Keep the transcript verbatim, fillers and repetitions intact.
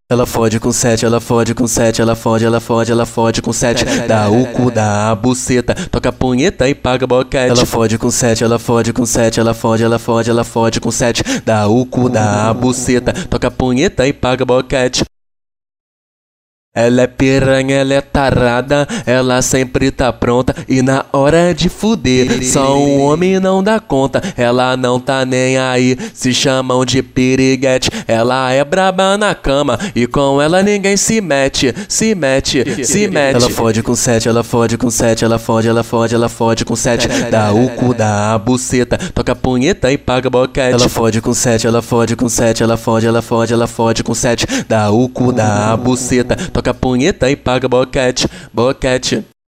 Ela fode com sete, ela fode com sete, ela fode, ela fode, ela fode com sete. Dá o cu, dá a buceta, toca punheta e paga boquete. Ela fode com sete, ela fode com sete, ela fode, ela fode, ela fode com sete. Dá o cu, dá a buceta, toca punheta e paga boquete. Ela é piranha, ela é tarada, ela sempre tá pronta e na hora de fuder, só um homem não dá conta. Ela não tá nem aí, se chamam de piriguete. Ela é braba na cama e com ela ninguém se mete, se mete, se mete. Ela fode com sete, ela fode com sete, ela fode, ela fode, ela fode com sete. Dá o cu, dá a buceta, toca punheta e paga boquete. Ela fode com sete, ela fode com sete, ela fode, ela fode, ela fode com sete. Dá o cu, dá a buceta, toca punheta e paga boquete, boquete.